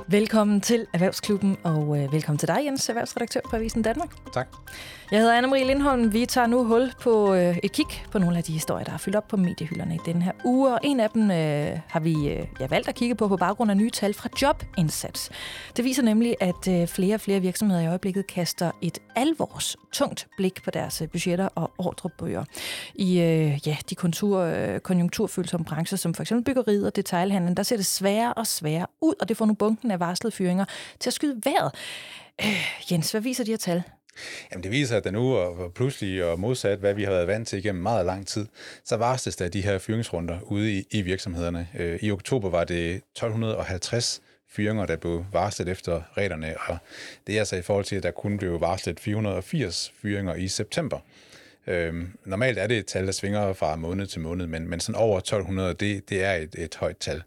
Velkommen til Erhvervsklubben, og velkommen til dig, Jens, erhvervsredaktør på Avisen Danmark. Tak. Jeg hedder Anne-Marie Lindholm. Vi tager nu hul på et kig på nogle af de historier, der er fyldt op på mediehylderne i denne her uge, og en af dem har vi valgt at kigge på baggrund af nye tal fra Jobindsats. Det viser nemlig, at flere og flere virksomheder i øjeblikket kaster et alvorstungt blik på deres budgetter og ordrebøger i de konjunkturfølsomme brancher, som f.eks. byggeriet og detailhandlen. Der ser det sværere og sværere ud, og det får nu bunken af varslede fyringer til at skyde vejret. Jens, hvad viser de her tal? Jamen det viser, at der nu og pludselig og modsat, hvad vi har været vant til igennem meget lang tid, så varsles der de her fyringsrunder ude i virksomhederne. I oktober var det 1250 fyringer, der blev varslet efter reglerne, og det er altså i forhold til, at der kun blev varslet 480 fyringer i september. Normalt er det et tal, der svinger fra måned til måned, men sådan over 1200, det er et højt tal.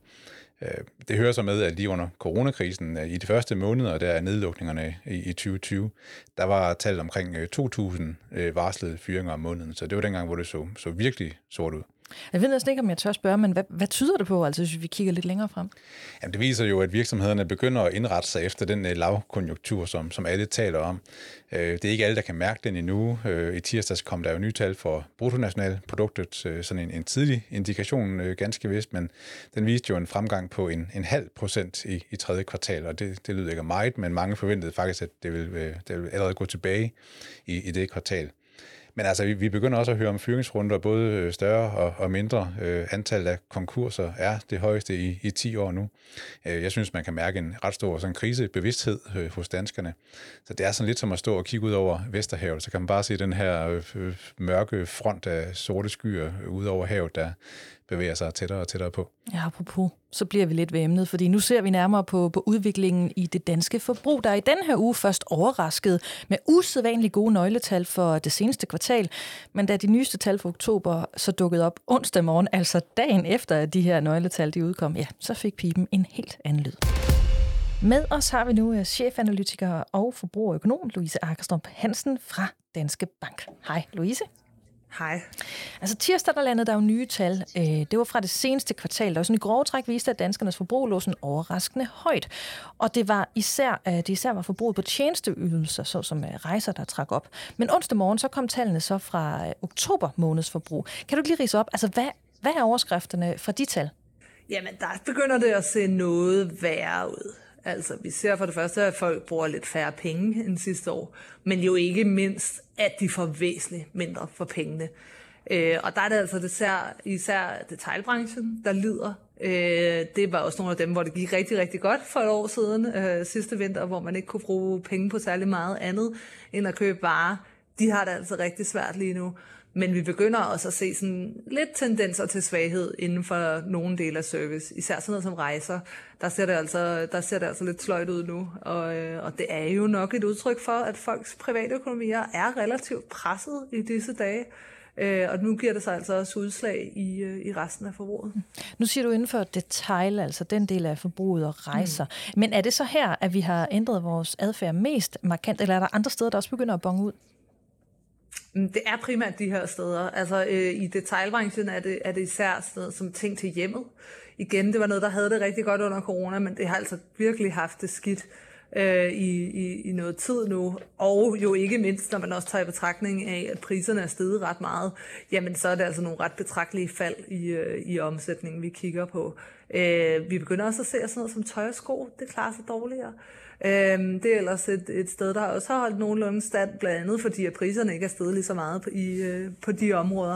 Det hører så med, at lige under coronakrisen, i de første måneder der af nedlukningerne i 2020, der var tallet omkring 2.000 varslede fyringer om måneden. Så det var dengang, hvor det så virkelig sort ud. Jeg ved næsten ikke, om jeg tør spørge, men hvad tyder det på, altså, hvis vi kigger lidt længere frem? Jamen, det viser jo, at virksomhederne begynder at indrette sig efter den lavkonjunktur, som alle taler om. Det er ikke alle, der kan mærke den endnu. I tirsdags kom der jo nye tal for bruttonationalproduktet, sådan en tidlig indikation, ganske vist, men den viste jo en fremgang på en 0,5% i tredje kvartal, og det lyder ikke meget, men mange forventede faktisk, at det vil allerede gå tilbage i det kvartal. Men altså, vi begynder også at høre om fyringsrunder, både større og mindre. Antallet af konkurser er det højeste i 10 år nu. Jeg synes, man kan mærke en ret stor sådan krisebevidsthed hos danskerne. Så det er sådan lidt som at stå og kigge ud over Vesterhavet. Så kan man bare se den her mørke front af sorte skyer ud over havet, der bevæger sig tættere og tættere på. Ja, apropos, så bliver vi lidt ved emnet, fordi nu ser vi nærmere på udviklingen i det danske forbrug, der er i den her uge først overrasket med usædvanligt gode nøgletal for det seneste kvartal, men da de nyeste tal for oktober så dukkede op onsdag morgen, altså dagen efter, at de her nøgletal de udkom, ja, så fik pipen en helt anden lyd. Med os har vi nu chefanalytiker og forbrugerøkonom Louise Aggerstrup Hansen fra Danske Bank. Hej Louise. Hej. Altså tirsdag, der landede der jo nye tal. Det var fra det seneste kvartal, der sådan i grove træk viste, at danskernes forbrug lå sådan overraskende højt. Og det var især var forbruget på tjenesteydelser, såsom rejser, der trak op. Men onsdag morgen, så kom tallene så fra oktober måneds forbrug. Kan du lige ridse op? Altså, hvad er overskrifterne fra de tal? Jamen, der begynder det at se noget værre ud. Altså, vi ser for det første, at folk bruger lidt færre penge end sidste år, men jo ikke mindst, at de får væsentligt mindre for pengene. Og der er det altså især detailbranchen, der lider. Det var også nogle af dem, hvor det gik rigtig, rigtig godt for et år siden, sidste vinter, hvor man ikke kunne bruge penge på særlig meget andet end at købe varer. De har det altså rigtig svært lige nu. Men vi begynder også at se sådan lidt tendenser til svaghed inden for nogle dele af service. Især sådan noget som rejser. Der ser det altså lidt sløjt ud nu. Og det er jo nok et udtryk for, at folks private økonomier er relativt presset i disse dage. Og nu giver det sig altså også udslag i resten af forbruget. Nu siger du inden for detail, altså den del af forbruget og rejser. Men er det så her, at vi har ændret vores adfærd mest markant, eller er der andre steder, der også begynder at bonge ud? Det er primært de her steder. Altså i detailbranchen er det især sådan som ting til hjemmet. Igen, det var noget, der havde det rigtig godt under corona, men det har altså virkelig haft det skidt i noget tid nu. Og jo ikke mindst, når man også tager i betragtning af, at priserne er steget ret meget, jamen så er det altså nogle ret betragtelige fald i omsætningen, vi kigger på. Vi begynder også at se sådan noget som tøj og sko, det klarer sig dårligere. Det er ellers et sted, der også har holdt nogenlunde stand, blandt andet fordi at priserne ikke er steget lige så meget på de områder.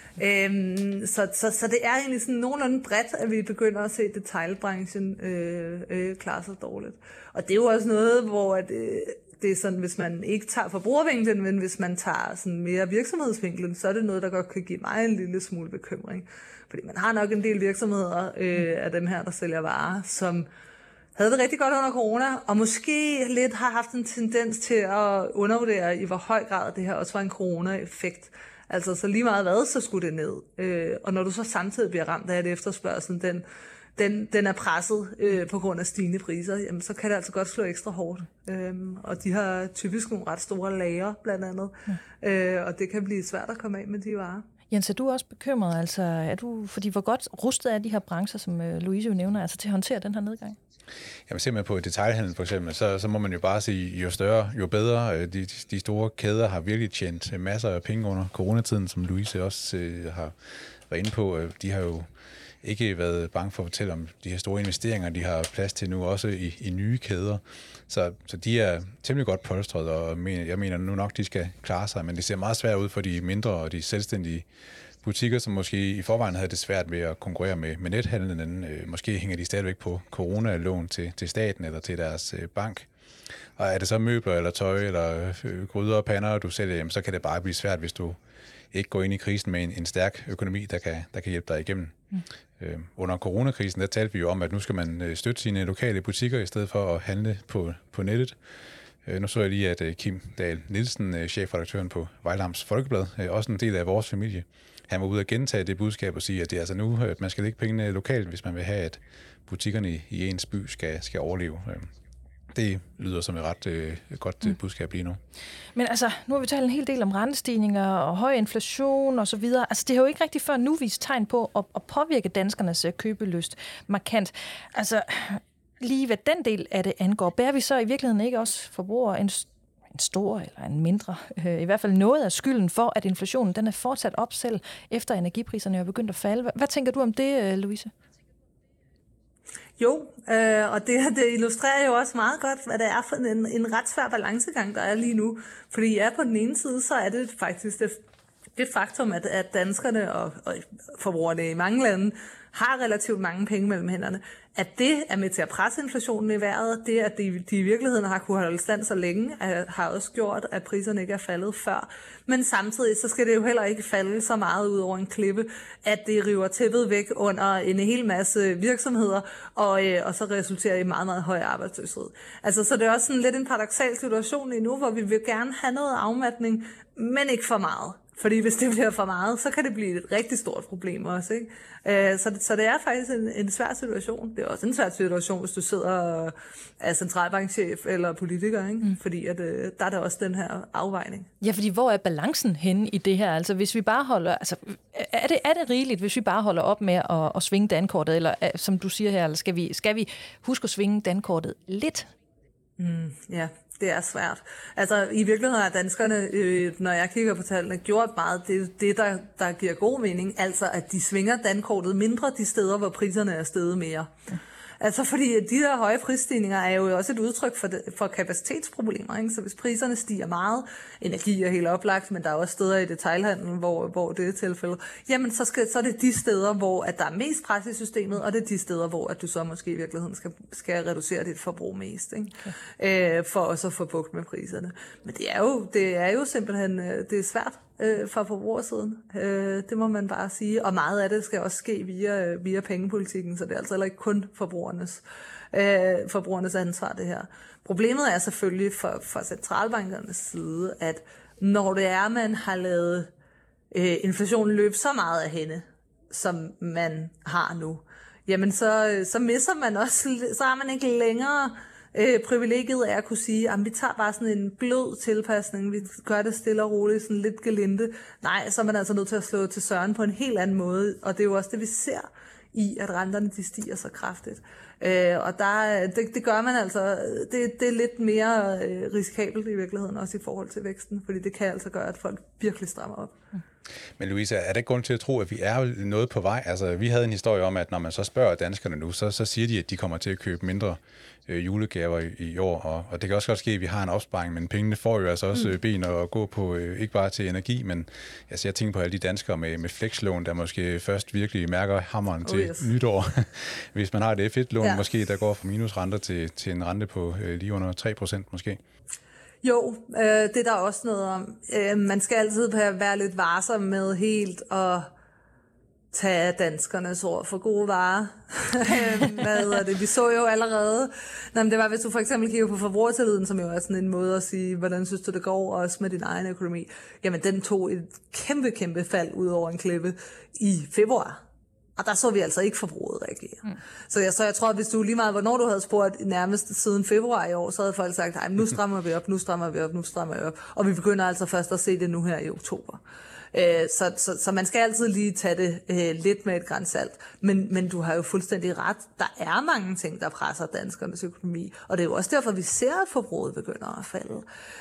Så det er egentlig sådan nogenlunde bredt, at vi begynder at se detailbranchen klare sig dårligt. Og det er jo også noget, hvor det er sådan, hvis man ikke tager forbrugervinklen, men hvis man tager sådan mere virksomhedsvinklen, så er det noget, der godt kan give mig en lille smule bekymring. Fordi man har nok en del virksomheder af dem her, der sælger varer, som havde det rigtig godt under corona, og måske lidt har haft en tendens til at undervurdere, i hvor høj grad det her også var en corona-effekt. Altså, så lige meget hvad, så skulle det ned. Og når du så samtidig bliver ramt af, at efterspørgselen, den er presset på grund af stigende priser, jamen, så kan det altså godt slå ekstra hårdt. Og de har typisk nogle ret store lager, blandt andet. Og det kan blive svært at komme af med de varer. Jens, er du også bekymret? Altså, fordi hvor godt rustet er de her brancher, som Louise jo nævner, altså til at håndtere den her nedgang? Jamen simpelthen på detailhandel for eksempel, så må man jo bare sige, jo større, jo bedre. De store kæder har virkelig tjent masser af penge under coronatiden, som Louise også har været inde på. De har jo ikke været bange for at fortælle om de her store investeringer, de har plads til nu, også i nye kæder. Så de er temmelig godt polstret, og jeg mener nu nok, de skal klare sig, men det ser meget svært ud for de mindre og de selvstændige butikker, som måske i forvejen havde det svært ved at konkurrere med nethandlen. Måske hænger de stadigvæk på coronalån til staten eller til deres bank. Og er det så møbler eller tøj eller gryder og pander, du sælger, så kan det bare blive svært, hvis du ikke går ind i krisen med en stærk økonomi, der kan hjælpe dig igennem. Under coronakrisen, der talte vi jo om, at nu skal man støtte sine lokale butikker, i stedet for at handle på nettet. Nu så jeg lige, at Kim Dahl Nielsen, chefredaktøren på Vejle Amts Folkeblad, også en del af vores familie, han var ude at gentage det budskab og sige, at det er altså nu, at man skal lægge pengene lokalt, hvis man vil have, at butikkerne i ens by skal overleve. Det lyder som et ret godt budskab lige nu. Men altså, nu har vi talt en hel del om rentestigninger og høj inflation og så videre. Altså, det har jo ikke rigtig før nu vist tegn på at påvirke danskernes købelyst markant. Altså, lige hvad den del af det angår, bærer vi så i virkeligheden ikke også forbrugere en stor eller en mindre, i hvert fald noget af skylden for, at inflationen den er fortsat op selv, efter energipriserne er begyndt at falde. Hvad tænker du om det, Louise? Jo, og det illustrerer jo også meget godt, hvad det er for en ret svær balancegang, der er lige nu. Fordi på den ene side, så er det faktisk det faktum, at danskerne og forbrugerne i mange lande har relativt mange penge mellem hænderne, at det er med til at presse inflationen i vejret, det at de i virkeligheden har kunnet holde stand så længe, har også gjort, at priserne ikke er faldet før. Men samtidig så skal det jo heller ikke falde så meget ud over en klippe, at det river tæppet væk under en hel masse virksomheder, og så resulterer i meget, meget høj arbejdsløshed. Altså, så det er også sådan lidt en paradoksal situation lige nu, hvor vi vil gerne have noget afmatning, men ikke for meget. Fordi hvis det bliver for meget, så kan det blive et rigtig stort problem også, ikke? Så det er faktisk en svær situation. Det er også en svær situation, hvis du sidder og er centralbankchef eller politiker, ikke? Fordi at, der er der også den her afvejning. Ja, fordi hvor er balancen henne i det her? Altså, hvis vi bare holder, altså, er det rigeligt, hvis vi bare holder op med at svinge dankortet, eller som du siger her, eller skal vi huske at svinge dankortet lidt? Ja. Det er svært. Altså, i virkeligheden har danskerne, når jeg kigger på tallene, gjort meget det der giver god mening. Altså, at de svinger dankortet mindre de steder, hvor priserne er steget mere. Altså, fordi de der høje prisstigninger er jo også et udtryk for kapacitetsproblemer, ikke? Så hvis priserne stiger meget, energi er helt oplagt, men der er også steder i detailhandlen, hvor det er tilfældet, jamen så er det de steder, hvor at der er mest pres i systemet, og det er de steder, hvor at du så måske i virkeligheden skal reducere dit forbrug mest, ikke? Okay. For også at få bugt med priserne. Men det er jo simpelthen det er svært fra forbrugersiden. Det må man bare sige. Og meget af det skal også ske via pengepolitikken, så det er altså heller ikke kun forbrugernes ansvar, det her. Problemet er selvfølgelig fra centralbankernes side, at når det er, man har lavet inflationen løbe så meget af hende, som man har nu, jamen så misser man også, så har man ikke længere privilegiet er at kunne sige, at vi tager bare sådan en blød tilpasning, vi gør det stille og roligt, sådan lidt gelinde. Nej, så er man altså nødt til at slå til søren på en helt anden måde, og det er jo også det, vi ser i, at renterne de stiger så kraftigt. Og det gør man altså, det er lidt mere risikabelt i virkeligheden, også i forhold til væksten, fordi det kan altså gøre, at folk virkelig strammer op. Men Louise, er der ikke grund til at tro, at vi er noget på vej? Altså, vi havde en historie om, at når man så spørger danskerne nu, så siger de, at de kommer til at købe mindre julegaver i år, og det kan også godt ske, at vi har en opsparing, men pengene får jo altså også ben at gå på, ikke bare til energi, men altså, jeg tænker på alle de danskere med flekslån, der måske først virkelig mærker hammeren til nytår. Hvis man har et F1-lån, måske der går fra minusrenter til en rente på lige under 3% måske. Jo, det er der også noget om. Man skal altid være lidt varsom med helt at tage danskernes ord for gode varer. Vi så jo allerede. Det var, hvis du for eksempel kigger på forbrugertilliden, som jo er sådan en måde at sige, hvordan synes du det går, også med din egen økonomi. Jamen, den tog et kæmpe fald ud over en klippe i februar. Og der så vi altså ikke forbruget reagere. Så jeg tror, at hvis du lige meget, hvornår du havde spurgt nærmest siden februar i år, så havde folk sagt, nu strammer vi op. Og vi begynder altså først at se det nu her i oktober. Så man skal altid lige tage det lidt med et gran salt. Men du har jo fuldstændig ret. Der er mange ting, der presser danskernes økonomi, og det er jo også derfor, vi ser, at forbruget begynder at falde.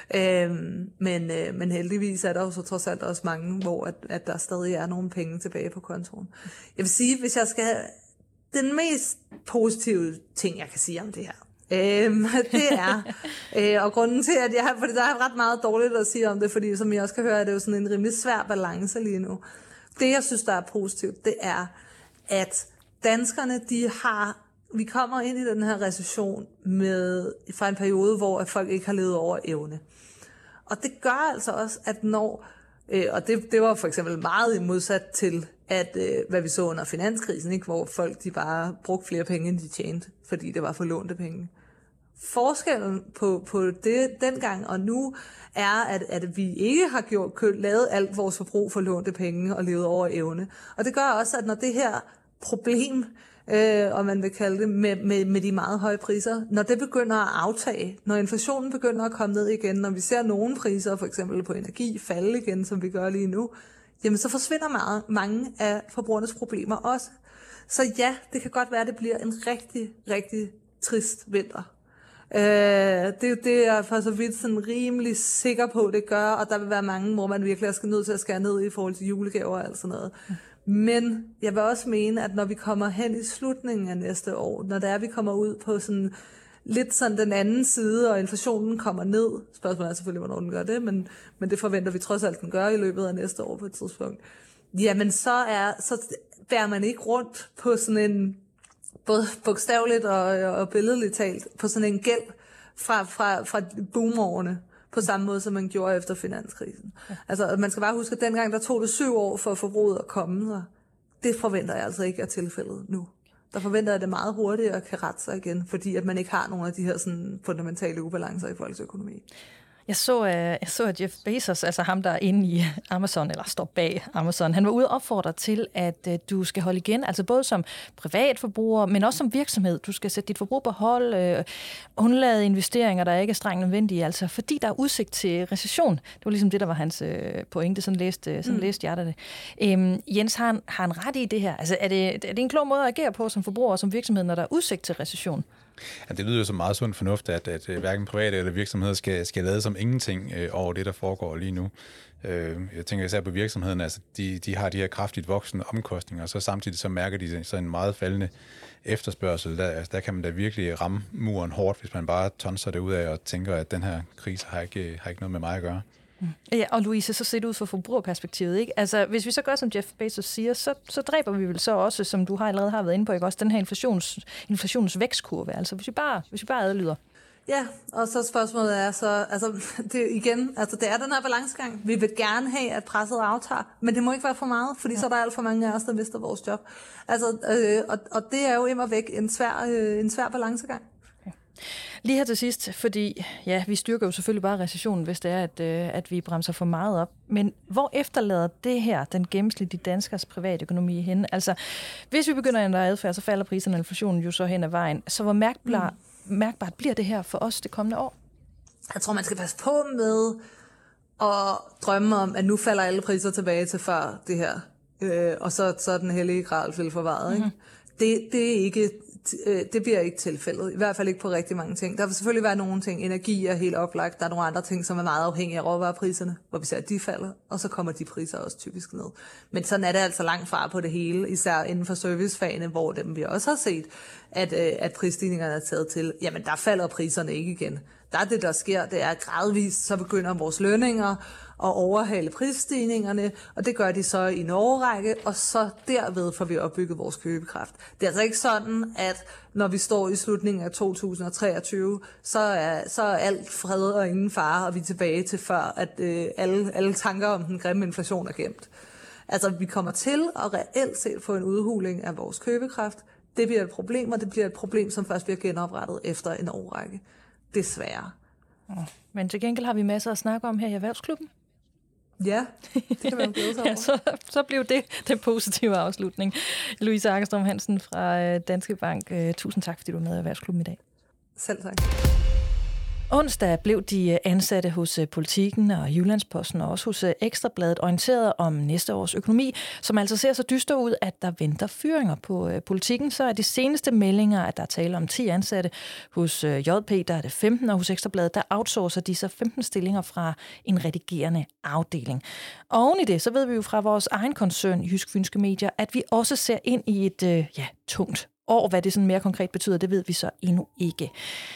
Men heldigvis er der jo så trods alt også mange, hvor at der stadig er nogle penge tilbage på kontoen. Jeg vil sige, hvis jeg skal... Den mest positive ting, jeg kan sige om det her, det er, og grunden til, at fordi der er ret meget dårligt at sige om det, fordi som jeg også kan høre, er det jo sådan en rimelig svær balance lige nu. Det, jeg synes, der er positivt, det er, at danskerne, vi kommer ind i den her recession fra en periode, hvor at folk ikke har levet over evne. Og det gør altså også, at når, og det var for eksempel meget modsat til, hvad vi så under finanskrisen, ikke? Hvor folk de bare brugte flere penge, end de tjente, fordi det var for lånte penge. Forskellen på det dengang og nu er, at vi ikke har lavet alt vores forbrug for lånte penge og levet over evne. Og det gør også, at når det her problem, og man vil kalde det, med de meget høje priser, når det begynder at aftage, når inflationen begynder at komme ned igen, når vi ser nogle priser, for eksempel på energi, falde igen, som vi gør lige nu, jamen så forsvinder mange af forbrugernes problemer også. Så ja, det kan godt være, at det bliver en rigtig, rigtig trist vinter. Det er jeg for så vidt sådan rimelig sikker på, det gør, og der vil være mange, hvor man virkelig er nødt til at skære ned i forhold til julegaver og alt sådan noget. Men jeg vil også mene, at når vi kommer hen i slutningen af næste år, når vi kommer ud på sådan lidt sådan den anden side, og inflationen kommer ned, spørgsmålet er selvfølgelig, hvornår den gør det, men det forventer vi trods alt, den gør i løbet af næste år på et tidspunkt, jamen så bærer man ikke rundt på sådan en, både bogstaveligt og billedligt talt, på sådan en gæld fra boomerårene, på samme måde, som man gjorde efter finanskrisen. Ja. Altså, man skal bare huske, at dengang, der tog det 7 år for forbruget at komme, og det forventer jeg altså ikke er tilfældet nu. Der forventer jeg, at det meget hurtigere kan rette sig igen, fordi at man ikke har nogle af de her sådan fundamentale ubalancer i folks økonomi. Jeg så, at Jeff Bezos, altså ham, der er inde i Amazon, eller står bag Amazon, han var ude og opfordre til, at du skal holde igen, altså både som privatforbruger, men også som virksomhed. Du skal sætte dit forbrug på hold, undlade investeringer, der ikke er strengt nødvendige, altså fordi der er udsigt til recession. Det var ligesom det, der var hans pointe, sådan læste hjertet det. Jens, har han ret i det her? Altså er det en klog måde at agere på som forbruger og som virksomhed, når der er udsigt til recession? Ja, det lyder jo som meget sund fornuft, at hverken private eller virksomheder skal lade som ingenting over det, der foregår lige nu. Jeg tænker især på virksomhederne, altså de har de her kraftigt voksende omkostninger, og så samtidig så mærker de så en meget faldende efterspørgsel. Der kan man da virkelig ramme muren hårdt, hvis man bare tonser det ud af og tænker, at den her krise har ikke noget med mig at gøre. Ja, og Louise, så ser det ud fra forbrugerperspektivet, ikke? Altså, hvis vi så gør, som Jeff Bezos siger, så dræber vi vel så også, som du allerede har været inde på, ikke? Også den her inflationens vækstkurve, altså hvis vi bare adlyder. Ja, og så spørgsmålet er så, altså det igen, altså det er den her balancegang. Vi vil gerne have, at presset aftager, men det må ikke være for meget, fordi så er der alt for mange af os, der mister vores job. Altså, og det er jo immer væk en svær balancegang. Lige her til sidst, fordi ja, vi styrker jo selvfølgelig bare recessionen, hvis det er, at vi bremser for meget op. Men hvor efterlader det her den gennemsnitlige danskers privatøkonomi hen? Altså, hvis vi begynder at ændre adfærd, så falder priserne og inflationen jo så hen ad vejen. Så hvor mærkbart bliver det her for os det kommende år? Jeg tror, man skal passe på med at drømme om, at nu falder alle priser tilbage til før det her. Og så er den hellige gral vel forvaret. Ikke? Det er ikke... Det bliver ikke tilfældet, i hvert fald ikke på rigtig mange ting. Der vil selvfølgelig være nogle ting, energi er helt oplagt, der er nogle andre ting, som er meget afhængige af råvarepriserne, hvor vi ser, at de falder, og så kommer de priser også typisk ned. Men sådan er det altså langt fra på det hele, især inden for servicefagene, hvor dem vi også har set, at prisstigningerne er taget til, jamen der falder priserne ikke igen. Det, der sker, det er gradvist, så begynder vores lønninger at overhale prisstigningerne, og det gør de så i en årrække, og så derved får vi opbygget vores købekraft. Det er altså ikke sådan, at når vi står i slutningen af 2023, så er alt fred og ingen fare, og vi er tilbage til før, at alle tanker om den grimme inflation er gemt. Altså, vi kommer til at reelt set få en udhuling af vores købekraft. Det bliver et problem, og det bliver et problem, som først bliver genoprettet efter en årrække. Desværre. Men til gengæld har vi masser at snakke om her i Erhvervsklubben. Ja, det kan man glæde sig over. Ja, så blev det den positive afslutning. Louise Aggerstrøm Hansen fra Danske Bank. Tusind tak, fordi du var med i Erhvervsklubben i dag. Selv tak. Onsdag blev de ansatte hos Politiken og Jyllandsposten og også hos Ekstrabladet orienteret om næste års økonomi, som altså ser så dyster ud, at der venter fyringer på Politiken. Så er de seneste meldinger, at der er tale om 10 ansatte. Hos JP, der er det 15, og hos Ekstrabladet, der outsourcer de så 15 stillinger fra en redigerende afdeling. Og oven i det, så ved vi jo fra vores egen koncern, Jysk Fynske Medier, at vi også ser ind i et tungt år. Hvad det sådan mere konkret betyder, det ved vi så endnu ikke.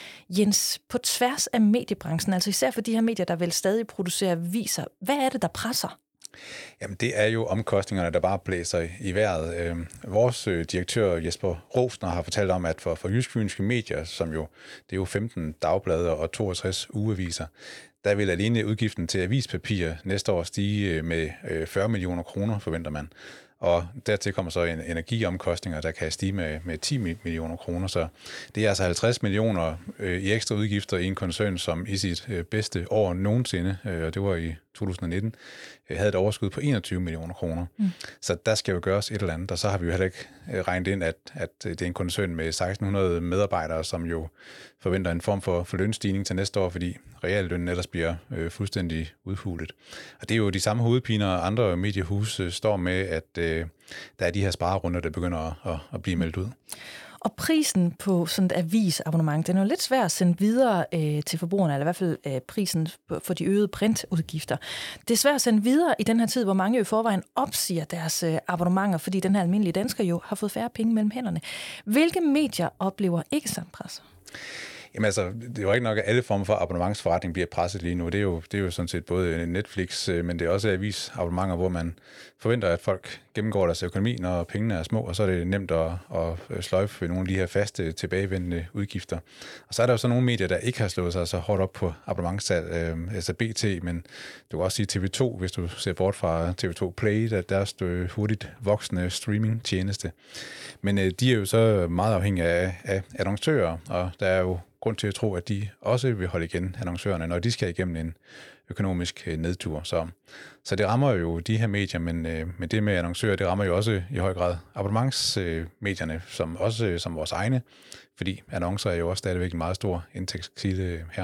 Jens, på tværs af mediebranchen, altså især for de her medier, der vel stadig producerer aviser, hvad er det, der presser? Jamen, det er jo omkostningerne, der bare blæser i vejret. Vores direktør Jesper Rosner har fortalt om, at for Jysk Fynske Medier, som jo, det er jo 15 dagblade og 62 ugeaviser, der vil alene udgiften til avispapir næste år stige med 40 millioner kroner, forventer man. Og dertil kommer så energiomkostninger, der kan stige med 10 millioner kroner. Så det er altså 50 millioner i ekstra udgifter i en koncern, som i sit bedste år nogensinde, og det var i 2019, havde et overskud på 21 millioner kroner. Så der skal jo gøres et eller andet, og så har vi jo heller ikke regnet ind, at det er en koncern med 1600 medarbejdere, som jo forventer en form for lønstigning til næste år, fordi reallønnen ellers bliver fuldstændig udhulet. Og det er jo de samme hovedpiner, andre mediehus står med, at der er de her sparerunder, der begynder at blive meldt ud. Og prisen på sådan et avisabonnement, den er jo lidt svær at sende videre til forbrugerne, eller i hvert fald prisen for de øgede printudgifter. Det er svært at sende videre i den her tid, hvor mange jo i forvejen opsiger deres abonnementer, fordi den her almindelige dansker jo har fået færre penge mellem hænderne. Hvilke medier oplever ikke samme pres? Jamen altså, det er jo ikke nok, at alle former for abonnementsforretning bliver presset lige nu. Det er jo sådan set både Netflix, men det er også avisabonnementer, hvor man forventer, at folk gennemgår deres økonomi, når pengene er små, og så er det nemt at sløjfe nogle af de her faste tilbagevendende udgifter. Og så er der jo så nogle medier, der ikke har slået sig så hårdt op på abonnementssalg, altså BT, men du kan også sige TV2, hvis du ser bort fra TV2 Play, der er deres hurtigt voksende streamingtjeneste. Men de er jo så meget afhængige af annoncører, og der er jo grund til at tro, at de også vil holde igen, annoncørerne, når de skal igennem en økonomisk nedtur. Så det rammer jo de her medier, men det med annoncører, det rammer jo også i høj grad abonnementsmedierne, som vores egne, fordi annoncer er jo også stadigvæk en meget stor indtægtskilde her.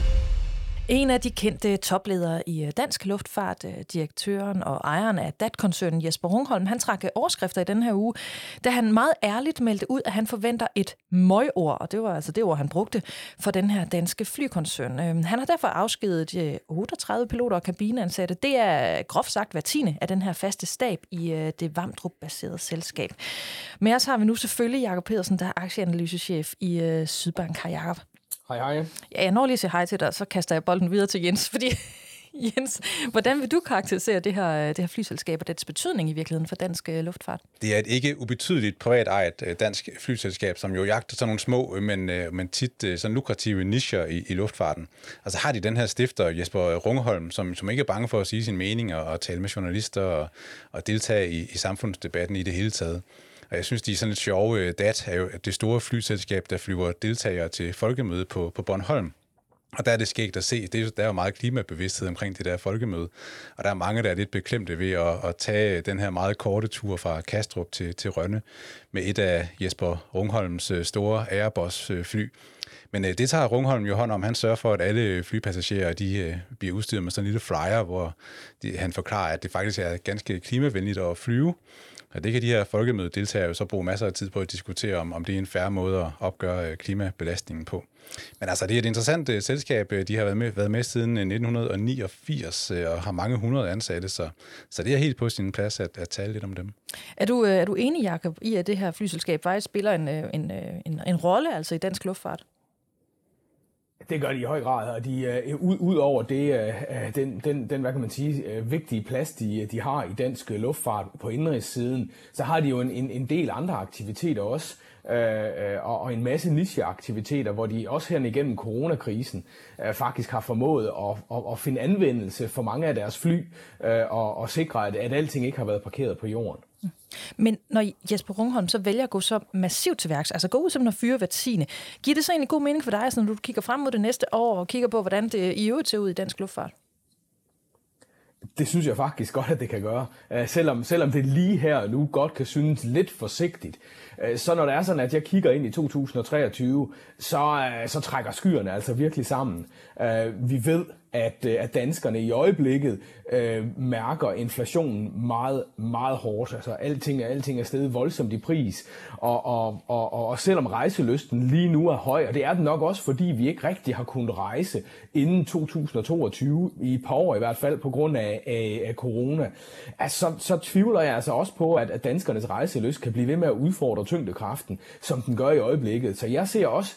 En af de kendte topledere i Dansk Luftfart, direktøren og ejeren af DAT-koncernen Jesper Rungholm, han trak overskrifter i den her uge, da han meget ærligt meldte ud, at han forventer et møgord, og det var altså det ord, han brugte for den her danske flykoncern. Han har derfor afskediget 38 piloter og kabineansatte. Det er groft sagt hver tiende af den her faste stab i det Vamdrup-baserede selskab. Med os har vi nu selvfølgelig Jakob Pedersen, der er aktieanalysechef i Sydbank. Hej Jakob. Hej. Ja, jeg når lige at sige hej til dig, så kaster jeg bolden videre til Jens, fordi Jens, hvordan vil du karakterisere det her flyselskab og dets betydning i virkeligheden for dansk luftfart? Det er et ikke ubetydeligt privat ejet dansk flyselskab, som jo jagter sådan nogle små, men tit sådan lukrative nicher i luftfarten. Altså har de den her stifter, Jesper Rungholm, som ikke er bange for at sige sin mening og tale med journalister og deltage i samfundsdebatten i det hele taget. Og jeg synes, de er sådan lidt sjove. DAT er jo det store flyselskab, der flyver deltagere til folkemøde på Bornholm. Og der er det skægt at se. Der er jo meget klimabevidsthed omkring det der folkemøde. Og der er mange, der er lidt beklemte ved at tage den her meget korte tur fra Kastrup til Rønne med et af Jesper Rungholms store Airbus-fly. Men det tager Rungholm jo hånd om. Han sørger for, at alle flypassagerer de bliver udstyret med sådan en lille flyer, hvor han forklarer, at det faktisk er ganske klimavenligt at flyve. Og det kan de her folkemødedeltagere jo så bruge masser af tid på at diskutere, om det er en fair måde at opgøre klimabelastningen på. Men altså, det er et interessant selskab. De har været med siden 1989 og har mange hundrede ansatte, så det er helt på sin plads at tale lidt om dem. Er du enig, Jakob, i at det her flyselskab faktisk spiller en rolle altså i dansk luftfart? Det gør de i høj grad, og de ud over det, den hvad kan man sige, vigtige plads, de har i dansk luftfart på indenrigssiden, så har de jo en del andre aktiviteter også, og en masse nicheaktiviteter, hvor de også her igennem coronakrisen faktisk har formået at finde anvendelse for mange af deres fly, og sikre, at alting ikke har været parkeret på jorden. Men når Jesper Rungholm så vælger at gå så massivt til værks, altså gå ud som at fyre hver tiende, giver det så egentlig god mening for dig, når du kigger frem mod det næste år og kigger på, hvordan det i øvrigt ser ud i dansk luftfart? Det synes jeg faktisk godt, at det kan gøre. Selvom det lige her og nu godt kan synes lidt forsigtigt. Så når det er sådan, at jeg kigger ind i 2023, så trækker skyerne altså virkelig sammen. Vi ved, at danskerne i øjeblikket mærker inflationen meget, meget hårdt. Altså alting er steget voldsomt i pris. Og selvom rejselysten lige nu er høj, og det er den nok også, fordi vi ikke rigtig har kunnet rejse inden 2022, i et par år i hvert fald, på grund af corona, altså, så tvivler jeg altså også på, at danskernes rejselyst kan blive ved med at udfordre tyngdekraften, som den gør i øjeblikket. Så jeg ser også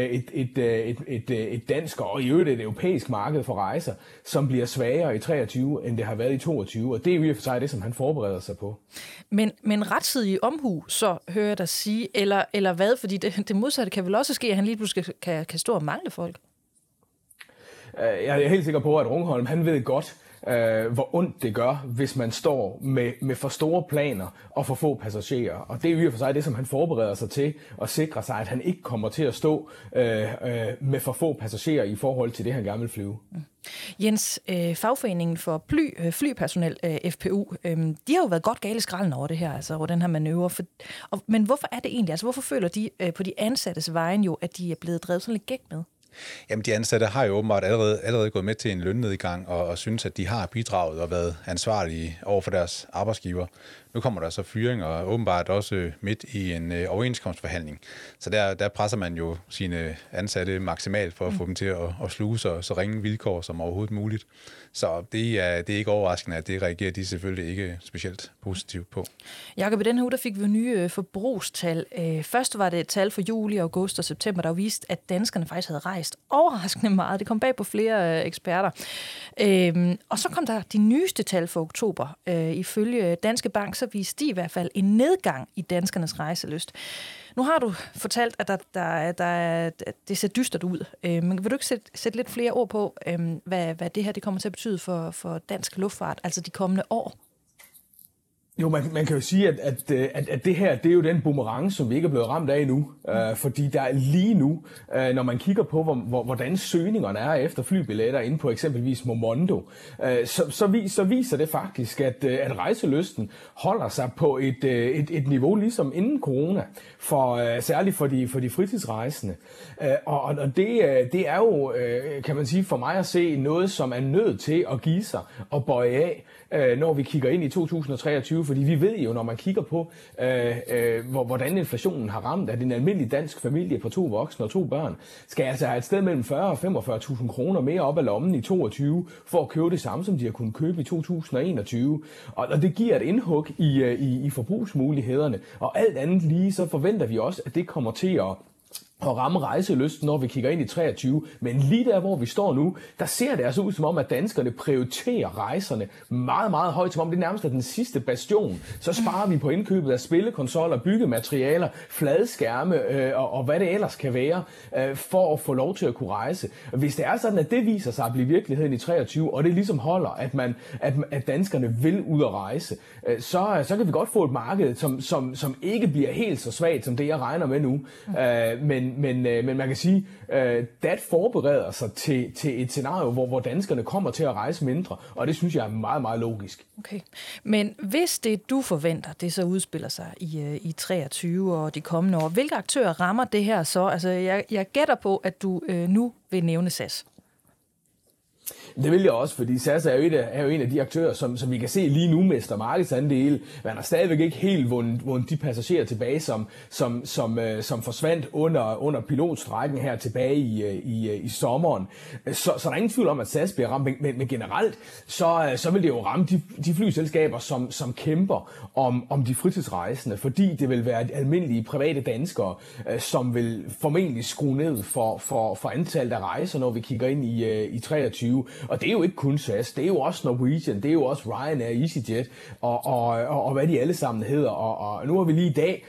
et dansk og i øvrigt et europæisk marked for rejser, som bliver svagere i 23, end det har været i 22, og det er jo i og for sig det, som han forbereder sig på. Men rettidig omhu, så hører jeg dig sige, eller hvad? Fordi det modsatte kan vel også ske, at han lige pludselig kan stå og mangle folk? Jeg er helt sikker på, at Rungholm, han ved godt, hvor ondt det gør, hvis man står med for store planer og for få passagerer. Og det er jo i og for sig det, som han forbereder sig til, at sikre sig, at han ikke kommer til at stå med for få passagerer i forhold til det, han gerne vil flyve. Jens, fagforeningen for flypersonel, FPU, de har jo været godt gale i skralden over det her, altså over den her manøvre. Men hvorfor er det egentlig? Altså hvorfor føler de på de ansattes vejen jo, at de er blevet drevet sådan lidt gæk med? Jamen, de ansatte har jo åbenbart allerede gået med til en lønnedgang og synes, at de har bidraget og været ansvarlige over for deres arbejdsgiver. Nu kommer der så fyring, og åbenbart også midt i en overenskomstforhandling. Så der presser man jo sine ansatte maksimalt for at få dem til at sluge så ringe vilkår som overhovedet muligt. Så det er ikke overraskende, at det reagerer de selvfølgelig ikke specielt positivt på. Jakob, i den her uge, der fik vi nye forbrugstal. Først var det et tal for juli, august og september, der viste, at danskerne faktisk havde rejst overraskende meget. Det kom bag på flere eksperter. Og så kom der de nyeste tal for oktober. Ifølge Danske Bank, så viste de i hvert fald en nedgang i danskernes rejselyst. Nu har du fortalt, at det ser dystert ud. Men vil du ikke sætte lidt flere ord på, hvad det her det kommer til at betyde for dansk luftfart, altså de kommende år? Jo, man kan jo sige, at det her, det er jo den boomerang, som vi ikke er blevet ramt af endnu. Fordi der er lige nu, når man kigger på, hvordan søgningerne er efter flybilletter inde på eksempelvis Momondo, så viser det faktisk, at rejselysten holder sig på et niveau ligesom inden corona, særligt for de fritidsrejsende. Og det er jo, kan man sige, for mig at se noget, som er nødt til at give sig og bøje af, når vi kigger ind i 2023, fordi vi ved jo, når man kigger på, hvordan inflationen har ramt, at en almindelig dansk familie på 2 voksne og 2 børn skal altså have et sted mellem 40 og 45.000 kroner mere op ad lommen i 22 for at købe det samme, som de har kunnet købe i 2021. Og det giver et indhug i forbrugsmulighederne, og alt andet lige, så forventer vi også, at det kommer til at ramme rejselysten, når vi kigger ind i 23. Men lige der, hvor vi står nu, der ser det altså ud som om, at danskerne prioriterer rejserne meget, meget højt, som om det nærmest er den sidste bastion. Så sparer vi på indkøbet af spillekonsoller, byggematerialer, fladskærme og hvad det ellers kan være, for at få lov til at kunne rejse. Hvis det er sådan, at det viser sig at blive virkeligheden i 23, og det ligesom holder, at danskerne vil ud at rejse, så kan vi godt få et marked, som ikke bliver helt så svagt, som det jeg regner med nu. Men man kan sige, DAT forbereder sig til et scenario, hvor danskerne kommer til at rejse mindre, og det synes jeg er meget, meget logisk. Okay. Men hvis det, du forventer, det så udspiller sig i 23 og de kommende år, hvilke aktører rammer det her så? Altså, jeg gætter på, at du nu vil nævne SAS. Det vil jeg også, fordi SAS er jo en af de aktører, som vi kan se lige nu mester markedsandele. Man har stadigvæk ikke helt vundet de passagerer tilbage, som forsvandt under pilotstrækken her tilbage i sommeren. Så der er ingen tvivl om, at SAS bliver ramt, men generelt så vil det jo ramme de flyselskaber, som kæmper om de fritidsrejsende, fordi det vil være almindelige private danskere, som vil formentlig skrue ned for antallet af rejser, når vi kigger ind i 23. Og det er jo ikke kun SAS, det er jo også Norwegian, det er jo også Ryanair, EasyJet og hvad de alle sammen hedder. Og nu har vi lige i dag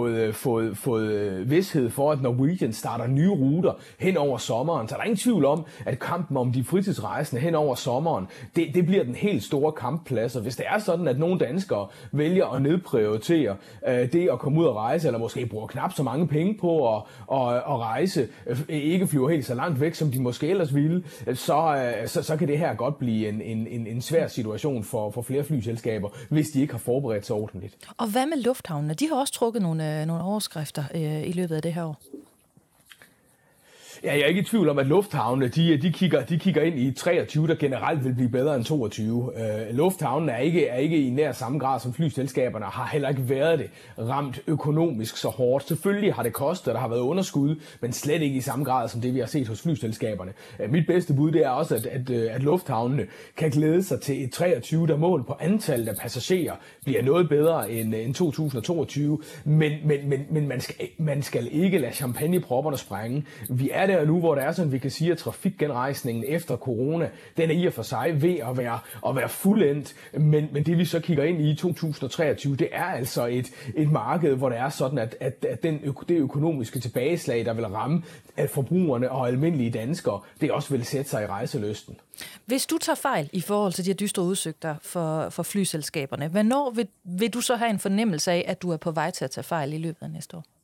fået vished for, at Norwegian starter nye ruter hen over sommeren. Så der er ingen tvivl om, at kampen om de fritidsrejsende hen over sommeren, det bliver den helt store kampplads. Og hvis det er sådan, at nogle danskere vælger at nedprioritere det at komme ud og rejse, eller måske bruger knap så mange penge på at rejse, ikke flyver helt så langt væk, som de måske ellers ville, så så kan det her godt blive en svær situation for flere flyselskaber, hvis de ikke har forberedt sig ordentligt. Og hvad med lufthavnene? De har også trukket nogle overskrifter i løbet af det her år. Ja, jeg er ikke i tvivl om, at lufthavnene de kigger ind i 23, der generelt vil blive bedre end 22. Lufthavnene er ikke i nær samme grad som flyselskaberne, har heller ikke været det ramt økonomisk så hårdt. Selvfølgelig har det kostet, der har været underskud, men slet ikke i samme grad som det, vi har set hos flyselskaberne. Mit bedste bud det er også, at lufthavnene kan glæde sig til et 23, der mål på antallet af passagerer bliver noget bedre end 2022. Men man skal ikke lade champagnepropperne sprænge. Vi er der nu, hvor det er sådan, vi kan sige, at trafikgenrejsningen efter corona, den er i og for sig ved at være fuldendt, men det vi så kigger ind i 2023, det er altså et marked, hvor det er sådan, at det økonomiske tilbageslag, der vil ramme forbrugerne og almindelige danskere, det også vil sætte sig i rejselysten. Hvis du tager fejl i forhold til de her dystre udsigter for flyselskaberne, hvornår vil du så have en fornemmelse af, at du er på vej til at tage fejl i løbet af næste år?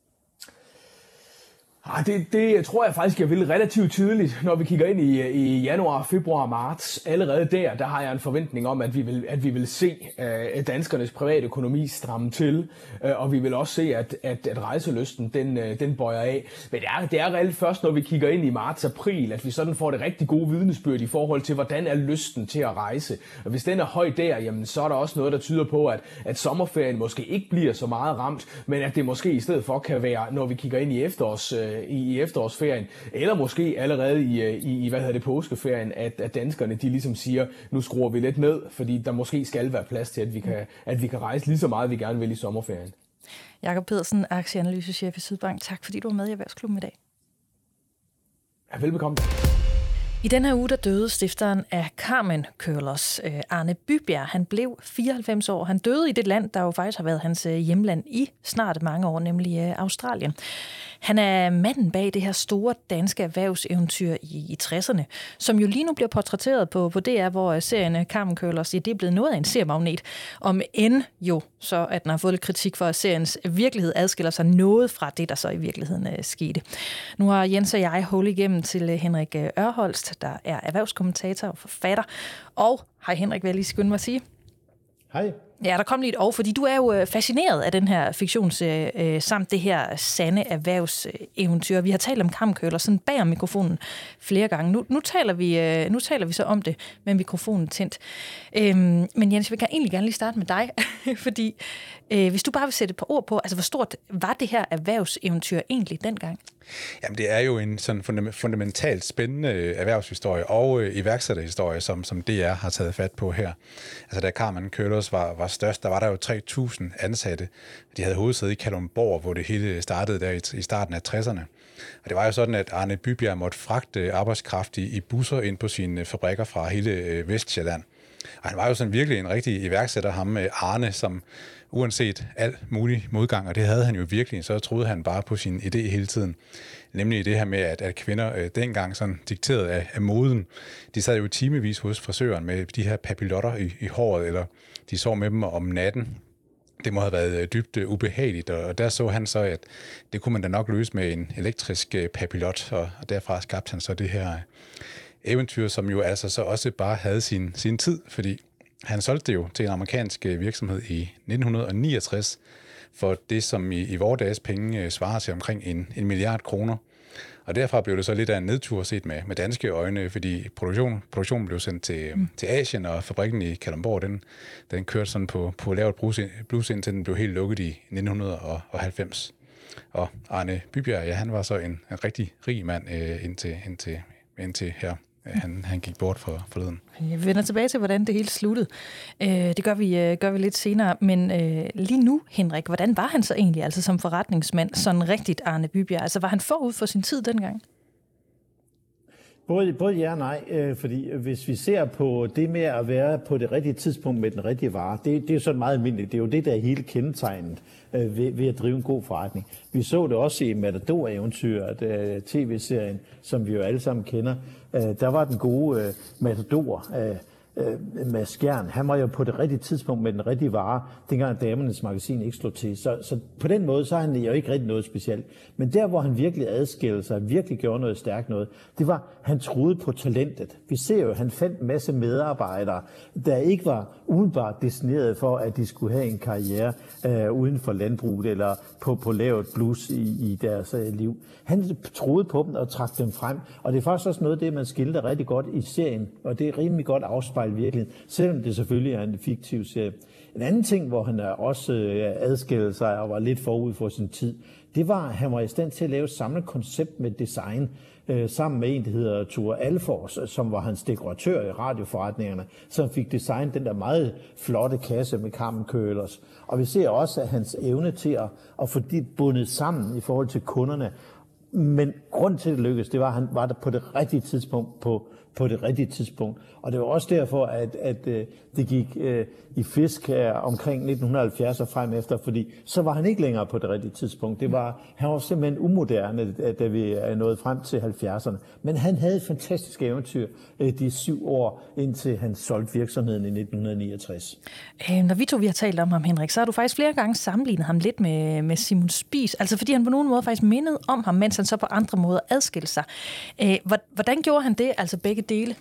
Det tror jeg faktisk, jeg vil relativt tydeligt, når vi kigger ind i januar, februar, marts. Allerede der har jeg en forventning om, at vi vil se danskernes private økonomi stramme til, og vi vil også se, at rejselysten den bøjer af. Men det er reelt først, når vi kigger ind i marts-april, at vi sådan får det rigtig gode vidnesbyrd i forhold til, hvordan er lysten til at rejse. Og hvis den er høj der, jamen, så er der også noget, der tyder på, at sommerferien måske ikke bliver så meget ramt, men at det måske i stedet for kan være, når vi kigger ind i efterårsferien, eller måske allerede i påskeferien, at danskerne de ligesom siger, nu skruer vi lidt ned, fordi der måske skal være plads til, at vi kan rejse lige så meget, vi gerne vil i sommerferien. Jakob Pedersen, aktieanalysechef i Sydbank. Tak fordi du var med i Erhvervsklubben i dag. Ja, velbekomme. I den her uge, der døde stifteren af Carmen Curlers, Arne Bybjerg. Han blev 94 år. Han døde i det land, der jo faktisk har været hans hjemland i snart mange år, nemlig Australien. Han er manden bag det her store danske erhvervseventyr i 60'erne, som jo lige nu bliver portrætteret på DR, hvor serien Carmen Curlers, det er blevet noget af en sermagnet. Om end jo så, at den har fået lidt kritik for, at seriens virkelighed adskiller sig noget fra det, der så i virkeligheden skete. Nu har Jens og jeg hul igennem til Henrik Ørholst, der er erhvervskommentator og forfatter. Og hej Henrik, vil jeg lige skynde mig at sige. Hej. Ja, der kom lige et år, fordi du er jo fascineret af den her fiktionsserie, samt det her sande erhvervseventyr. Vi har talt om Carmen Curlers sådan bag om mikrofonen flere gange. Nu taler vi så om det med mikrofonen tændt. Men Jens, jeg vil egentlig gerne lige starte med dig, fordi hvis du bare vil sætte et par ord på, altså hvor stort var det her erhvervseventyr egentlig dengang? Jamen, det er jo en sådan fundamentalt spændende erhvervshistorie og iværksætterhistorie, som DR har taget fat på her. Altså, da Carmen Curlers var størst, der var der jo 3.000 ansatte. De havde hovedsæde i Kalundborg, hvor det hele startede der i starten af 60'erne. Og det var jo sådan, at Arne Bybjerg måtte fragte arbejdskraft i busser ind på sine fabrikker fra hele Vestsjælland. Og han var jo sådan virkelig en rigtig iværksætter, ham Arne, som uanset al mulig modgang, og det havde han jo virkelig, så troede han bare på sin idé hele tiden. Nemlig det her med, at kvinder dengang sådan dikteret af moden, de sad jo timevis hos frisøren med de her papillotter i håret, eller de sov med dem om natten. Det må have været dybt ubehageligt, og der så han så, at det kunne man da nok løse med en elektrisk papillot, og derfra skabte han så det her eventyr, som jo altså så også bare havde sin tid, fordi han solgte det jo til en amerikansk virksomhed i 1969 for det, som i vore dages penge svarer til omkring 1 milliard kroner. Og derfra blev det så lidt af en nedtur set med danske øjne, fordi produktionen blev sendt til Asien, og fabrikken i Kalundborg, den kørte sådan på lavt blus, indtil den blev helt lukket i 1990. Og Arne Bybjerg, ja, han var så en rigtig rig mand indtil her. Han gik bort forleden. Jeg vender tilbage til, hvordan det hele sluttede. Det gør vi lidt senere. Men lige nu, Henrik, hvordan var han så egentlig, altså som forretningsmand, sådan rigtigt Arne Bybjerg? Altså var han forud for sin tid dengang? Både ja og nej, fordi hvis vi ser på det med at være på det rigtige tidspunkt med den rigtige vare, det er jo sådan meget almindeligt. Det er jo det, der er hele kendetegnet ved at drive en god forretning. Vi så det også i Matador-eventyret, tv-serien, som vi jo alle sammen kender. Der var den gode Matador, Mads Gjern, han var jo på det rigtige tidspunkt med den rigtige vare, dengang Damernes Magasin ikke slog til. Så på den måde, så har han jo ikke rigtig noget specielt. Men der, hvor han virkelig adskilte sig, virkelig gjorde noget stærkt noget, det var, han troede på talentet. Vi ser jo, at han fandt en masse medarbejdere, der ikke var umiddelbart destineret for, at de skulle have en karriere uden for landbruget eller på lavt blus i deres liv. Han troede på dem og trak dem frem, og det er faktisk også noget af det, man skildrer rigtig godt i serien, og det er rimelig godt afspejlet virkelig, selvom det selvfølgelig er en fiktiv serie. En anden ting, hvor han også adskilte sig og var lidt forud for sin tid, det var, at han var i stand til at lave et samlet koncept med design, sammen med en, der hedder Tore Alfors, som var hans dekoratør i radioforretningerne, som fik designet den der meget flotte kasse med Carmen Køhlers. Og vi ser også, at hans evne til at få det bundet sammen i forhold til kunderne. Men grund til, at det lykkedes, det var, at han var der på det rigtige tidspunkt, på det rigtige tidspunkt. Og det var også derfor, at det gik i fisk omkring 1970 og frem efter, fordi så var han ikke længere på det rigtige tidspunkt. Han var simpelthen umoderne, da vi nåede frem til 70'erne. Men han havde et fantastisk eventyr de 7 år, indtil han solgte virksomheden i 1969. Når vi har talt om ham, Henrik, så har du faktisk flere gange sammenlignet ham lidt med Simon Spies. Altså fordi han på nogen måde faktisk mindede om ham, mens han så på andre måder adskilte sig. Hvordan gjorde han det, altså begge dele?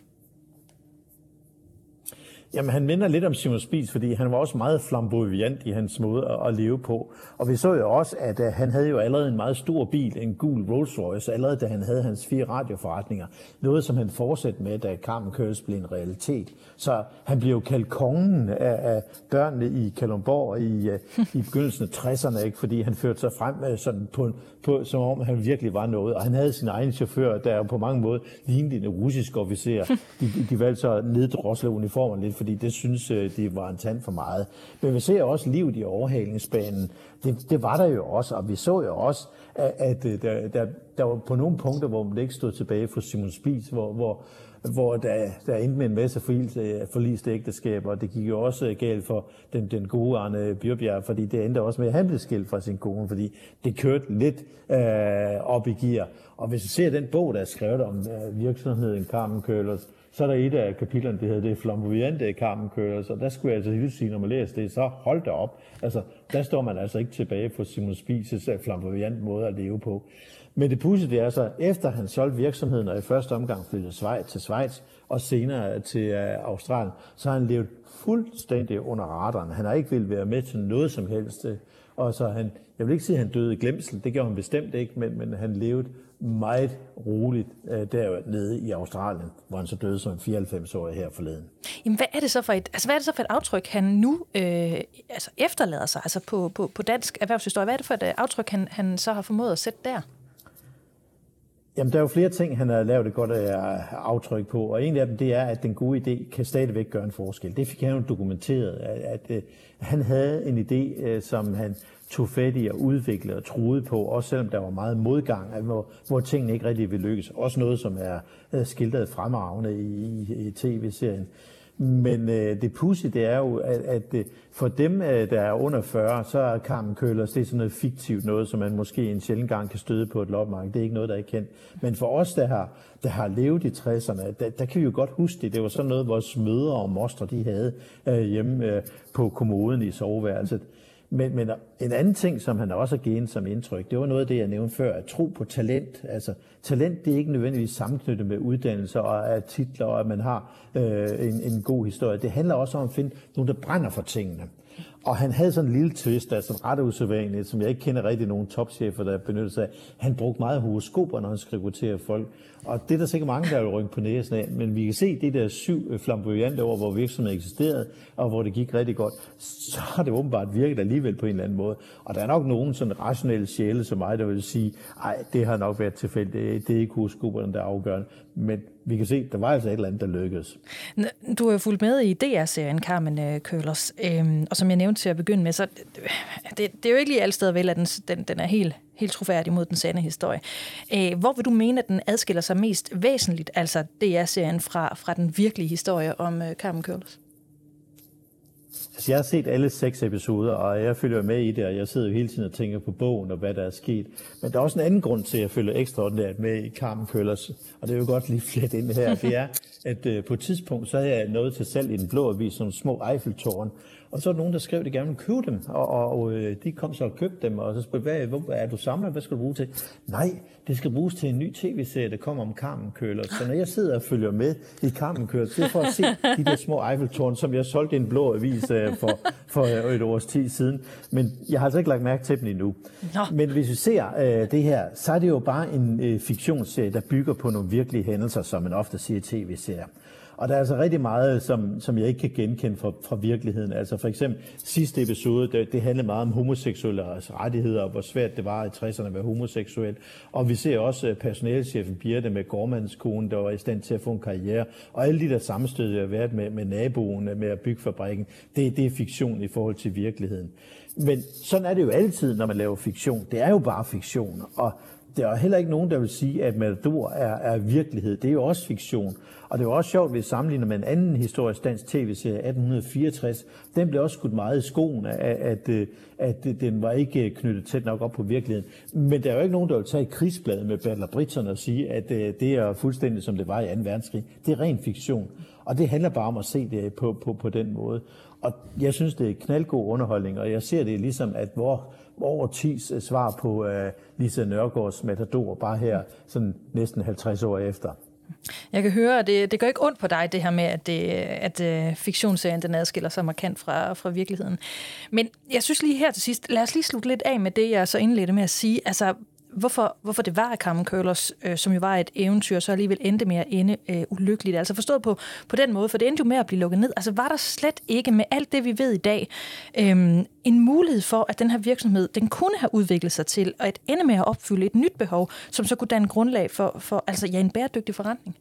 Jamen, han minder lidt om Simon Spies, fordi han var også meget flamboyant i hans måde at leve på. Og vi så jo også, at han havde jo allerede en meget stor bil, en gul Rolls Royce, allerede da han havde hans 4 radioforretninger. Noget, som han fortsatte med, da Carmen Køhlers blev en realitet. Så han blev jo kaldt kongen af børnene i Kalundborg i begyndelsen af 60'erne, ikke? Fordi han førte sig frem sådan som om han virkelig var noget. Og han havde sin egen chauffør, der jo på mange måder lignede en russisk officer. De valgte så at neddrosle uniformen lidt, fordi det synes de var en tand for meget. Men vi ser også livet i overhalingsbanen. Det var der jo også, og vi så jo også, at der var på nogle punkter, hvor man ikke stod tilbage for Simon Spies, hvor der endte med en masse forliste ægteskaber, og det gik jo også galt for den gode Arne Byrbjerg, fordi det endte også med, at han blev skilt fra sin kone, fordi det kørte lidt op i gear. Og hvis vi ser den bog, der er skrevet om virksomheden Carmen Køhlers, så er der et af kapitlerne, det hedder det flamboyante Carmen Køhlers, og der skulle jeg altså lige sige, når man læser det, så hold da op. Altså, der står man altså ikke tilbage på Simon Spies' flamboyant måde at leve på. Men det pudsige er så, efter han solgte virksomheden, og i første omgang flyttede til Schweiz, og senere til Australien, så har han levet fuldstændig under radaren. Han har ikke ville være med til noget som helst. Og så jeg vil ikke sige, at han døde i glemsel, det gjorde han bestemt ikke, men han levede meget roligt dernede i Australien, hvor han så døde som 94-årig her forleden. Jamen, hvad er det så for et aftryk, han nu efterlader sig, altså på dansk erhvervshistorie? Hvad er det for et aftryk, han så har formået at sætte der? Jamen, der er jo flere ting, han har lavet et godt aftryk på, og en af dem, det er, at den gode idé kan stadigvæk gøre en forskel. Det fik han jo dokumenteret, at han havde en idé, som han tog fat i og udviklede og troede på, også selvom der var meget modgang, hvor tingene ikke rigtig ville lykkes. Også noget, som er skildret fremragende i tv-serien. Men det pudsige, det er jo, at for dem, der er under 40, så er Carmen Køhlers, det er sådan noget fiktivt, noget, som man måske en sjældent gang kan støde på et loppemarked. Det er ikke noget, der er kendt. Men for os, der har levet i 60'erne, der kan vi jo godt huske det. Det var sådan noget, vores mødre og mostre, de havde hjemme på kommoden i soveværelset. Men en anden ting, som han også har givet som indtryk, det var noget af det, jeg nævnte før, at tro på talent. Altså, talent, det er ikke nødvendigvis sammenknyttet med uddannelser og af titler, og at man har en god historie. Det handler også om at finde nogen, der brænder for tingene. Og han havde sådan en lille twist, der er ret usædvanligt, som jeg ikke kender rigtig nogen topchefer, der benytter sig af. Han brugte meget horoskoper, når han rekrutterer folk. Og det er der sikkert mange, der vil rynke på næsen af. Men vi kan se, det der 7 flamboyante år, hvor virksomheden eksisterede, og hvor det gik rigtig godt, så har det åbenbart virket alligevel på en eller anden måde. Og der er nok nogen sådan rationelle sjæle som mig, der vil sige, ej, det har nok været tilfældigt. Det er ikke horoskoperne, der er afgørende. Men vi kan se, der var altså et eller andet, der lykkedes. Du har jo fulgt med i DR-serien Carmen Køhlers, og som jeg nævnte til at begynde med, så det er jo ikke lige alle steder vel, at den er helt troværdig mod den sande historie. Hvor vil du mene, at den adskiller sig mest væsentligt, altså DR-serien fra den virkelige historie om Carmen Køhlers? Altså, jeg har set alle 6 episoder, og jeg følger med i det, og jeg sidder jo hele tiden og tænker på bogen og hvad der er sket. Men der er også en anden grund til, at jeg følger ekstraordinært med i Carmen Køhlers, og det er jo godt lige flet ind her. Det er, at på et tidspunkt, så havde jeg noget til salg i Den Blå Avis, som små Eiffeltårn, og så var der nogen, der skrev, at de gerne ville købe dem, og de kom så og købte dem, og så spurgte, hvad er du samler, hvad skal du bruge til? Nej, det skal bruges til en ny tv-serie, der kommer om Carmen Køller. Så når jeg sidder og følger med i Carmen Køller, det er for at se de der små Eiffeltårn, som jeg solgte i En Blå Avis for et års tid siden. Men jeg har altså ikke lagt mærke til dem endnu. Nå. Men hvis vi ser det her, så er det jo bare en fiktionsserie, der bygger på nogle virkelige hændelser, som man ofte siger i tv-serier. Og der er altså rigtig meget, som jeg ikke kan genkende fra virkeligheden. Altså for eksempel sidste episode, det handlede meget om homoseksuelles rettigheder, og hvor svært det var i 60'erne at være homoseksuel. Og vi ser også personalechefen Birte med gårdmandskone, der var i stand til at få en karriere. Og alle de der sammenstød, jeg har været med naboen, med at bygge fabrikken, det er fiktion i forhold til virkeligheden. Men sådan er det jo altid, når man laver fiktion. Det er jo bare fiktion, og der er heller ikke nogen, der vil sige, at Matador er virkelighed. Det er jo også fiktion. Og det er jo også sjovt, hvis vi sammenligner med en anden historisk dansk tv-serie, 1864. Den blev også skudt meget i skoen, at den var ikke knyttet tæt nok op på virkeligheden. Men der er jo ikke nogen, der vil tage krigsbladet med Bertel og Britterne og sige, at det er fuldstændig som det var i 2. verdenskrig. Det er ren fiktion. Og det handler bare om at se det på den måde. Og jeg synes, det er knaldgod underholdning, og jeg ser det ligesom, at over 10's svar på Lisa Nørgaards Matador, bare her sådan næsten 50 år efter. Jeg kan høre, at det gør ikke ondt på dig, det her med, at fiktionsserien den adskiller sig markant fra virkeligheden. Men jeg synes lige her til sidst, lad os lige slutte lidt af med det, jeg så indledte med at sige. Altså, hvorfor det var, at Carmen Køllers, som jo var et eventyr, så alligevel endte med at ende ulykkeligt. Altså forstået på den måde, for det endte jo med at blive lukket ned. Altså var der slet ikke med alt det, vi ved i dag, en mulighed for, at den her virksomhed, den kunne have udviklet sig til at ende med at opfylde et nyt behov, som så kunne danne grundlag for en bæredygtig forretning?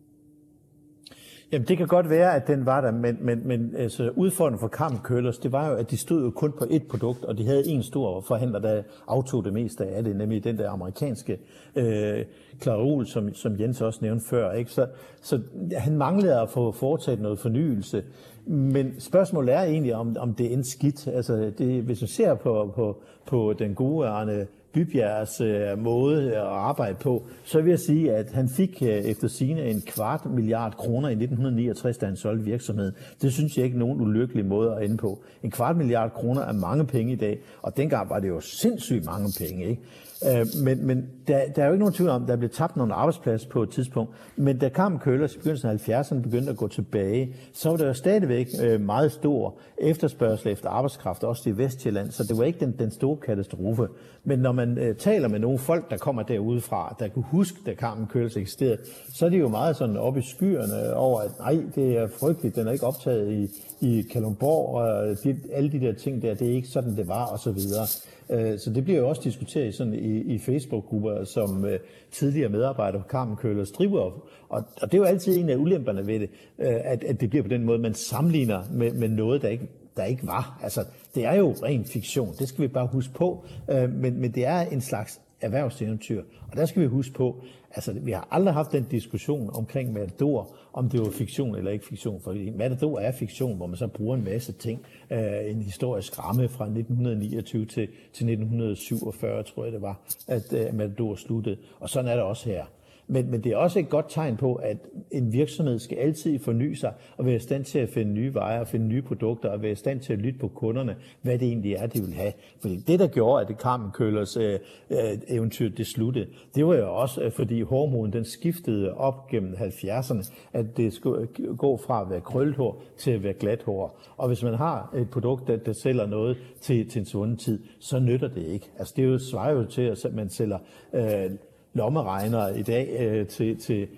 Jamen, det kan godt være, at den var der, men altså, udfordringen for Carmen Køllers, det var jo, at de stod jo kun på ét produkt, og de havde en stor forhandler, der aftog det meste af det, nemlig den der amerikanske Clarol, som Jens også nævnte før. Ikke? Så han manglede at få foretaget noget fornyelse. Men spørgsmålet er egentlig, om det er en skidt. Altså, hvis du ser på den gode Arne Bybjergs måde at arbejde på, så vil jeg sige, at han fik efter sigende 250 milliarder kroner i 1969, da han solgte virksomheden. Det synes jeg ikke er nogen ulykkelig måde at ende på. 250 milliarder kroner er mange penge i dag, og dengang var det jo sindssygt mange penge, ikke? Men der er jo ikke nogen tvivl om, at der blev tabt nogle arbejdsplads på et tidspunkt. Men da Carmen Køllers i begyndelsen af 70'erne begyndte at gå tilbage, så var der jo stadigvæk meget stor efterspørgsel efter arbejdskraft, også i Vestjylland, så det var ikke den store katastrofe. Men når man taler med nogle folk, der kommer derudefra, der kunne huske, da Carmen Køllers eksisterede, så er de jo meget sådan oppe i skyerne over, at nej, det er frygteligt, den er ikke optaget i Kalundborg, og alle de der ting der, det er ikke sådan, det var, og så videre. Så det bliver jo også diskuteret sådan i Facebook-grupper, som tidligere medarbejdere på Carmen Køllers driver. Og det er jo altid en af ulemperne ved det, at det bliver på den måde, man sammenligner med noget, der ikke var. Altså, det er jo ren fiktion, det skal vi bare huske på, men det er en slags erhvervseventyr. Og der skal vi huske på, altså vi har aldrig haft den diskussion omkring Matador, om det var fiktion eller ikke fiktion. For Matador er fiktion, hvor man så bruger en masse ting. En historisk ramme fra 1929 til 1947, tror jeg det var, at Matador sluttede. Og sådan er det også her. Men det er også et godt tegn på, at en virksomhed skal altid forny sig og være i stand til at finde nye veje og finde nye produkter og være i stand til at lytte på kunderne, hvad det egentlig er, de vil have. Fordi det, der gjorde, at Carmen Køllers eventyr det sluttede, det var jo også, fordi hårmoden den skiftede op gennem 70'erne, at det skulle gå fra at være krøllet hår til at være glat hår. Og hvis man har et produkt, der sælger noget til en svunden tid, så nytter det ikke. Altså det svarer jo til, at man sælger lommeregnere i dag til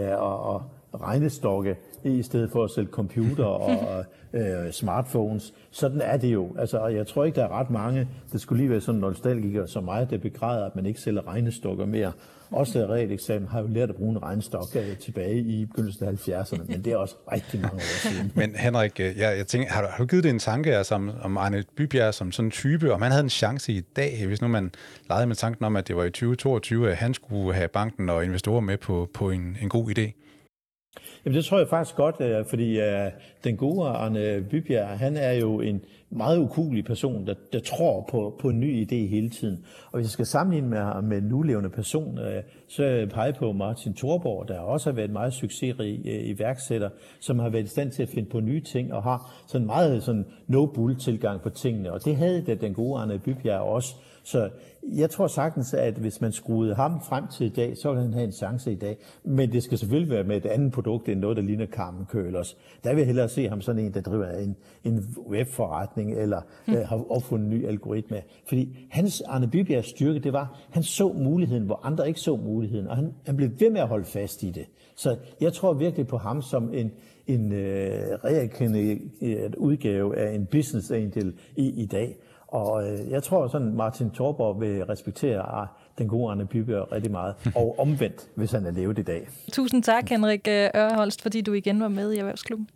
regnestokke i stedet for at sælge computer og smartphones. Sådan er det jo. Altså, og jeg tror ikke, der er ret mange, der skulle lige være sådan nostalgikere som mig, der begræder, at man ikke sælger regnestokker mere. Også realeksamen har jo lært at bruge en regnestok tilbage i begyndelsen af 70'erne, men det er også rigtig mange år siden. Men Henrik, jeg tænker, har du givet det en tanke altså, om Arne Bybjerg som sådan en type, om han havde en chance i dag, hvis nu man legede med tanken om, at det var i 2022, at han skulle have banken og investorer med på en god idé? Jamen, det tror jeg faktisk godt, fordi den gode Arne Bybjerg, han er jo en meget ukuelig person, der tror på en ny idé hele tiden. Og hvis jeg skal sammenligne med en nulevende person, så peger jeg på Martin Thorborg, der også har været en meget succesrig iværksætter, som har været i stand til at finde på nye ting og har sådan meget sådan no-bull-tilgang på tingene. Og det havde den gode Arne Bybjerg også. Så jeg tror sagtens, at hvis man skruede ham frem til i dag, så ville han have en chance i dag. Men det skal selvfølgelig være med et andet produkt end noget, der ligner Carmen Køhlers. Der vil jeg hellere se ham sådan en, der driver en webforretning eller har opfundet en ny algoritme. Fordi hans Arne Bybjergs styrke, det var, han så muligheden, hvor andre ikke så muligheden. Og han blev ved med at holde fast i det. Så jeg tror virkelig på ham som en reagerende udgave af en business angel i dag. Og jeg tror sådan, Martin Thorborg vil respektere den gode Arne Bybjerg rigtig meget, og omvendt, hvis han er levet i dag. Tusind tak, Henrik Ørholst, fordi du igen var med i Erhvervsklubben.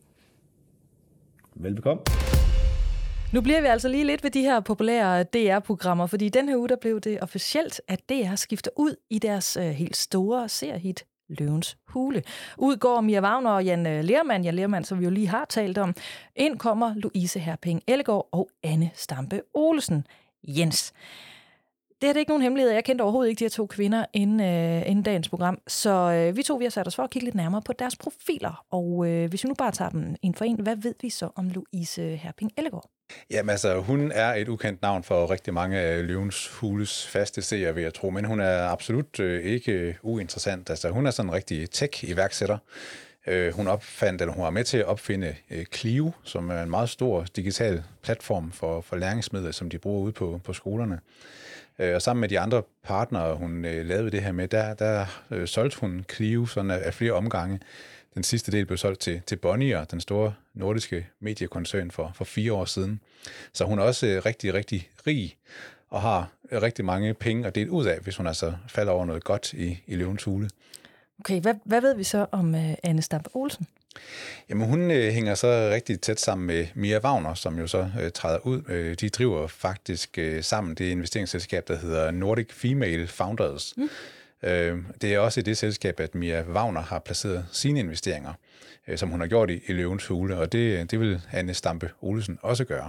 Velbekomme. Nu bliver vi altså lige lidt ved de her populære DR-programmer, fordi den her uge, der blev det officielt, at DR skifter ud i deres helt store seriehit Løvens Hule. Ud går Mia Wagner og Jan Lermann, som vi jo lige har talt om. Ind kommer Louise Herping Ellegaard og Anne Stampe Olsen. Jens. Det er ikke nogen hemmelighed. Jeg kendte overhovedet ikke de her to kvinder inden dagens program. Så vi har sat os for at kigge lidt nærmere på deres profiler. Og hvis vi nu bare tager dem en for en, hvad ved vi så om Louise Herping Ellegaard? Jamen altså, hun er et ukendt navn for rigtig mange af Løvens Hules faste seere, vil jeg tro, men hun er absolut ikke uinteressant. Altså, hun er sådan en rigtig tech-iværksætter. Hun var med til at opfinde Clio, som er en meget stor digital platform for læringsmidler, som de bruger ude på skolerne. Og sammen med de andre partnere, hun lavede det her med, der solgte hun Clio sådan af flere omgange. Den sidste del blev solgt til Bonnier, den store nordiske mediekoncern for 4 år siden. Så hun er også rigtig, rigtig rig og har rigtig mange penge at dele ud af, hvis hun altså falder over noget godt i Løvens Hule. Okay, hvad ved vi så om Anne Stampe Olsen? Jamen, hun hænger så rigtig tæt sammen med Mia Wagner, som jo så træder ud. De driver faktisk sammen det investeringsselskab, der hedder Nordic Female Founders. Det er også i det selskab, at Mia Wagner har placeret sine investeringer, som hun har gjort i Løvens Hule, og det vil Anne Stampe Olsen også gøre.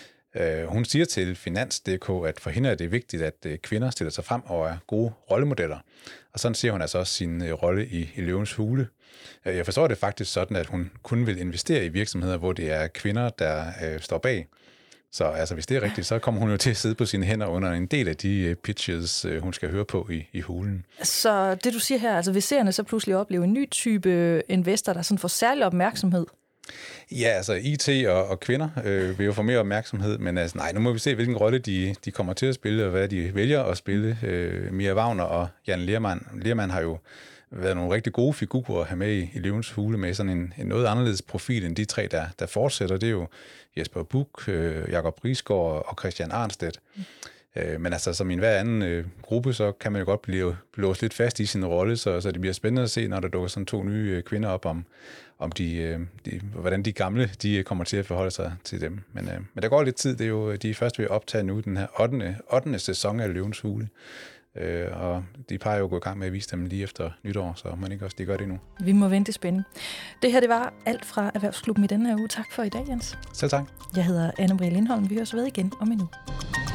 Hun siger til Finans.dk, at for hende er det vigtigt, at kvinder stiller sig frem og er gode rollemodeller. Og sådan ser hun altså også sin rolle i Løvens Hule. Jeg forstår det faktisk sådan, at hun kun vil investere i virksomheder, hvor det er kvinder, der står bag. Så altså, hvis det er rigtigt, så kommer hun jo til at sidde på sine hænder under en del af de pitches, hun skal høre på i hulen. Så det, du siger her, altså vil seerne så pludselig opleve en ny type investor, der sådan får særlig opmærksomhed? Ja, altså IT og kvinder vil jo få mere opmærksomhed, men altså, nu må vi se, hvilken rolle de kommer til at spille, og hvad de vælger at spille. Mia Wagner og Jan Lermann har jo været nogle rigtig gode figurer at have med i Løvens Hule, med sådan en noget anderledes profil end de tre, der fortsætter. Det er jo Jesper Buch, Jakob Risgaard og Christian Arnstedt. Men altså, som i hver anden gruppe, så kan man jo godt blive låst lidt fast i sin rolle, så det bliver spændende at se, når der dukker sådan 2 nye kvinder op, om hvordan de gamle de kommer til at forholde sig til dem. Men der går lidt tid. Det er jo, de er først ved at optage nu den her 8. sæson af Løvens Hule. Og de plejer jo at gå i gang med at vise dem lige efter nytår, så man ikke også de gør det nu. Vi må vente spændende. Det her, det var alt fra Erhvervsklubben i denne her uge. Tak for i dag, Jens. Selv tak. Jeg hedder Anne-Marie Lindholm. Vi høres ved igen om en uge.